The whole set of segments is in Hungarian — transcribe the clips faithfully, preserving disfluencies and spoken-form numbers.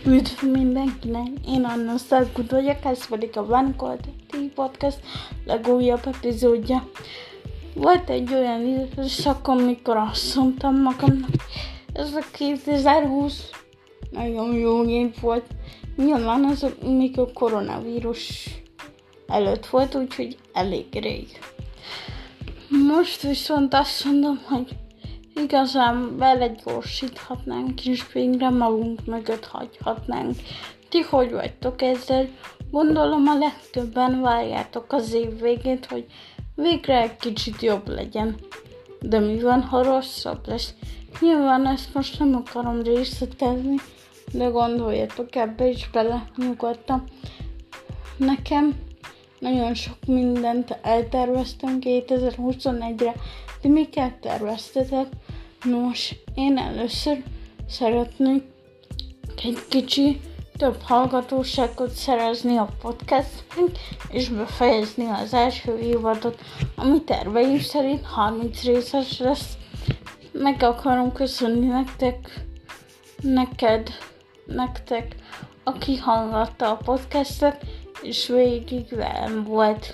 Üdv mindenkinek, én Anna Szalkut vagyok, ez pedig a One Quality Podcast legújabb epizódja. Volt egy olyan időszak, amikor azt mondtam magamnak, ez a kétezer-húsz nagyon jó év volt. Nyilván az, még a koronavírus előtt volt, úgyhogy elég rég. Most viszont azt mondom, hogy igazán belegyorsíthatnánk, és végre magunk mögött hagyhatnánk. Ti hogy vagytok ezzel? Gondolom a legtöbben várjátok az év végét, hogy végre egy kicsit jobb legyen. De mi van, ha rosszabb lesz? Nyilván ezt most nem akarom részletezni, de gondoljatok ebbe is bele nyugodtan. Nekem nagyon sok mindent elterveztem kétezer-huszonegyre, de miket terveztetek? Nos, én először szeretnék egy kicsi több hallgatóságot szerezni a podcastnek, és befejezni az első évadot, ami terveim szerint harminc részes lesz. Meg akarom köszönni nektek, neked, nektek, aki hallgatta a podcastet, és végig velem volt.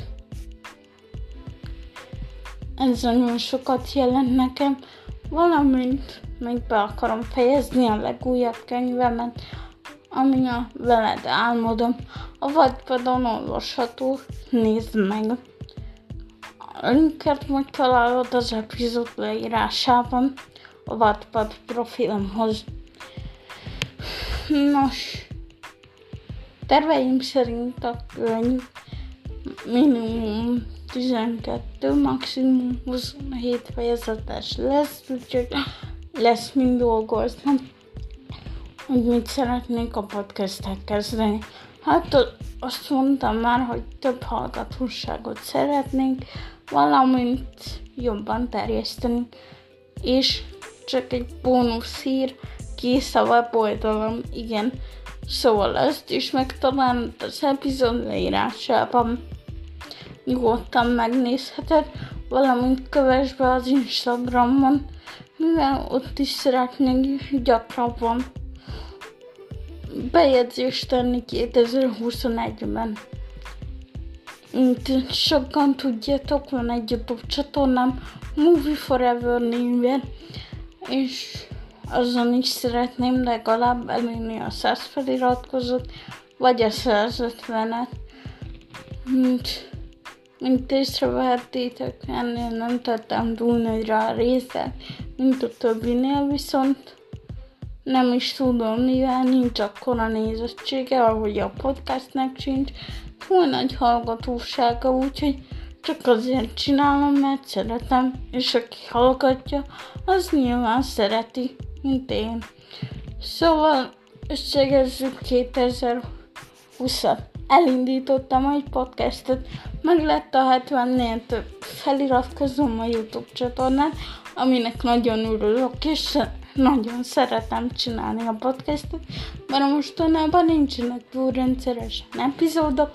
Ez nagyon sokat jelent nekem, valamint még be akarom fejezni a legújabb könyvemet, ami a Veled álmodom. A Wattpadon olvasható, nézd meg. A linket megtalálod az epizód leírásában a Wattpad profilomhoz. Nos, terveim szerint a könyv minimum tizenkettő, maximum huszonhét fejezetes lesz, úgyhogy lesz mind dolgoznom, hogy mit szeretnék a podcasttel kezdeni. Hát azt mondtam már, hogy több hallgatóságot szeretnénk, valamint jobban terjeszteni, és csak egy bónusz hír, kész a weboldalam, igen. Szóval ezt is megtalálod az epizód leírásában. Nyugodtan megnézheted, valamint kövess be az Instagramon, mivel ott is szeretnék gyakrabban bejegyzést tenni kétezer-huszonegyben. Mint sokan tudjátok, van egy YouTube csatornám, Movie Forever néven, és azon is szeretném legalább elérni a száz feliratkozót, vagy a száz ötvenet. Mint, mint észrevehettétek, ennél nem tettem túl nagyra a részt, mint a többinél, viszont nem is tudom, mivel nincs akkora nézettsége, ahogy a podcastnek sincs, túl nagy hallgatósága, úgyhogy csak azért csinálom, mert szeretem, és aki hallgatja, az nyilván szereti, mint én. Szóval összegezzük kétezer-húszat. Elindítottam egy podcastet, meg lett a hetvennél több feliratkozom a YouTube csatornán, aminek nagyon örülök, és nagyon szeretem csinálni a podcastot, mert mostanában nincsenek túl rendszeresen epizódok,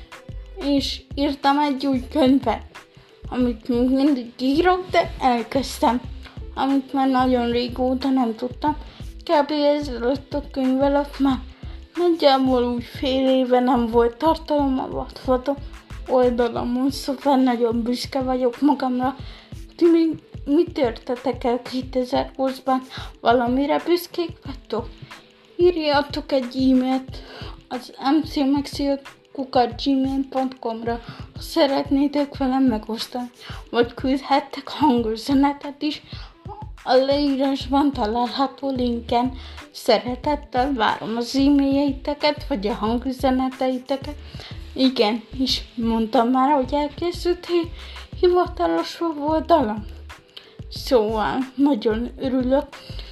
és írtam egy új könyvet, amit még mindig írok, de elkezdtem, amit már nagyon régóta nem tudtam. Kb. Ezelőtt a könyv előtt már nagyjából úgy fél éve nem volt tartalom a Wattpadon oldalamon, szóval nagyon büszke vagyok magamra. Ti még mit értetek el kétezer-húszban? Valamire büszkék vagytok? Írjatok egy e-mailt az mcmaxiot kukac gmail pont com-ra, ha szeretnétek velem megosztani, vagy küldhettek hangüzenetet is a leírásban található linken. Szeretettel várom az e-mailjegyeket, vagy a hangüzeneteiteket. Igen, és mondtam már, hogy elkészült hivatalos oldalam. Szóval nagyon örülök,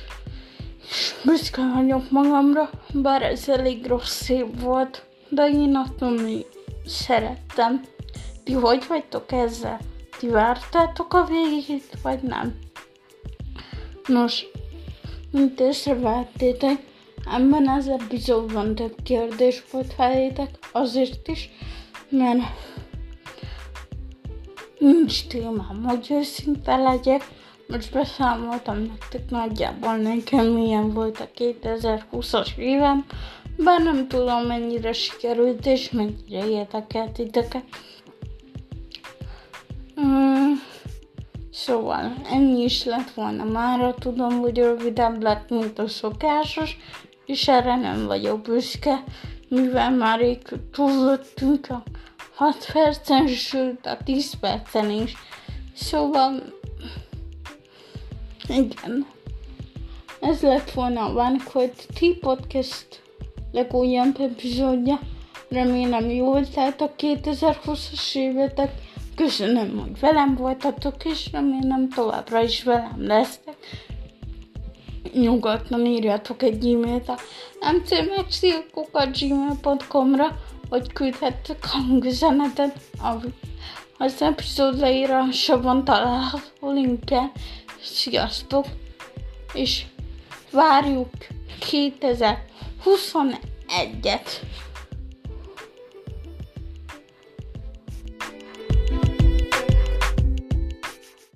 és büszke vagyok magamra, bár ez elég rossz év volt, de én attól még szerettem. Ti hogy vagytok ezzel? Ti vártátok a végét, vagy nem? Nos, mint észrevettétek, ebben az epizódban több kérdés volt felétek, azért is, mert nincs témám, hogy őszinte legyek. Most beszámoltam nektek nagyjából nekem milyen volt a kétezer-húszas évem, Bár nem tudom, mennyire sikerült és mennyire érdekelt titeket. Mm, szóval ennyi is lett volna mára, tudom, hogy rövidebb lett, mint a szokásos, és erre nem vagyok büszke, mivel már rég túllöttünk a hat percen, sőt a tíz percen is. Szóval, igen, ez lett volna a Vanquite Tea Podcast legújabb epizódja. Remélem jól telt a kétezer-húszas évetek. Köszönöm, hogy velem voltatok, és remélem továbbra is velem lesztek. Nyugodtan írjatok egy e-mailt a em cé maxi kukac gmail pont com-ra, vagy küldhettek hangüzenetet az epizód leírásában található linken. Sziasztok! És várjuk kétezer-huszonegyet!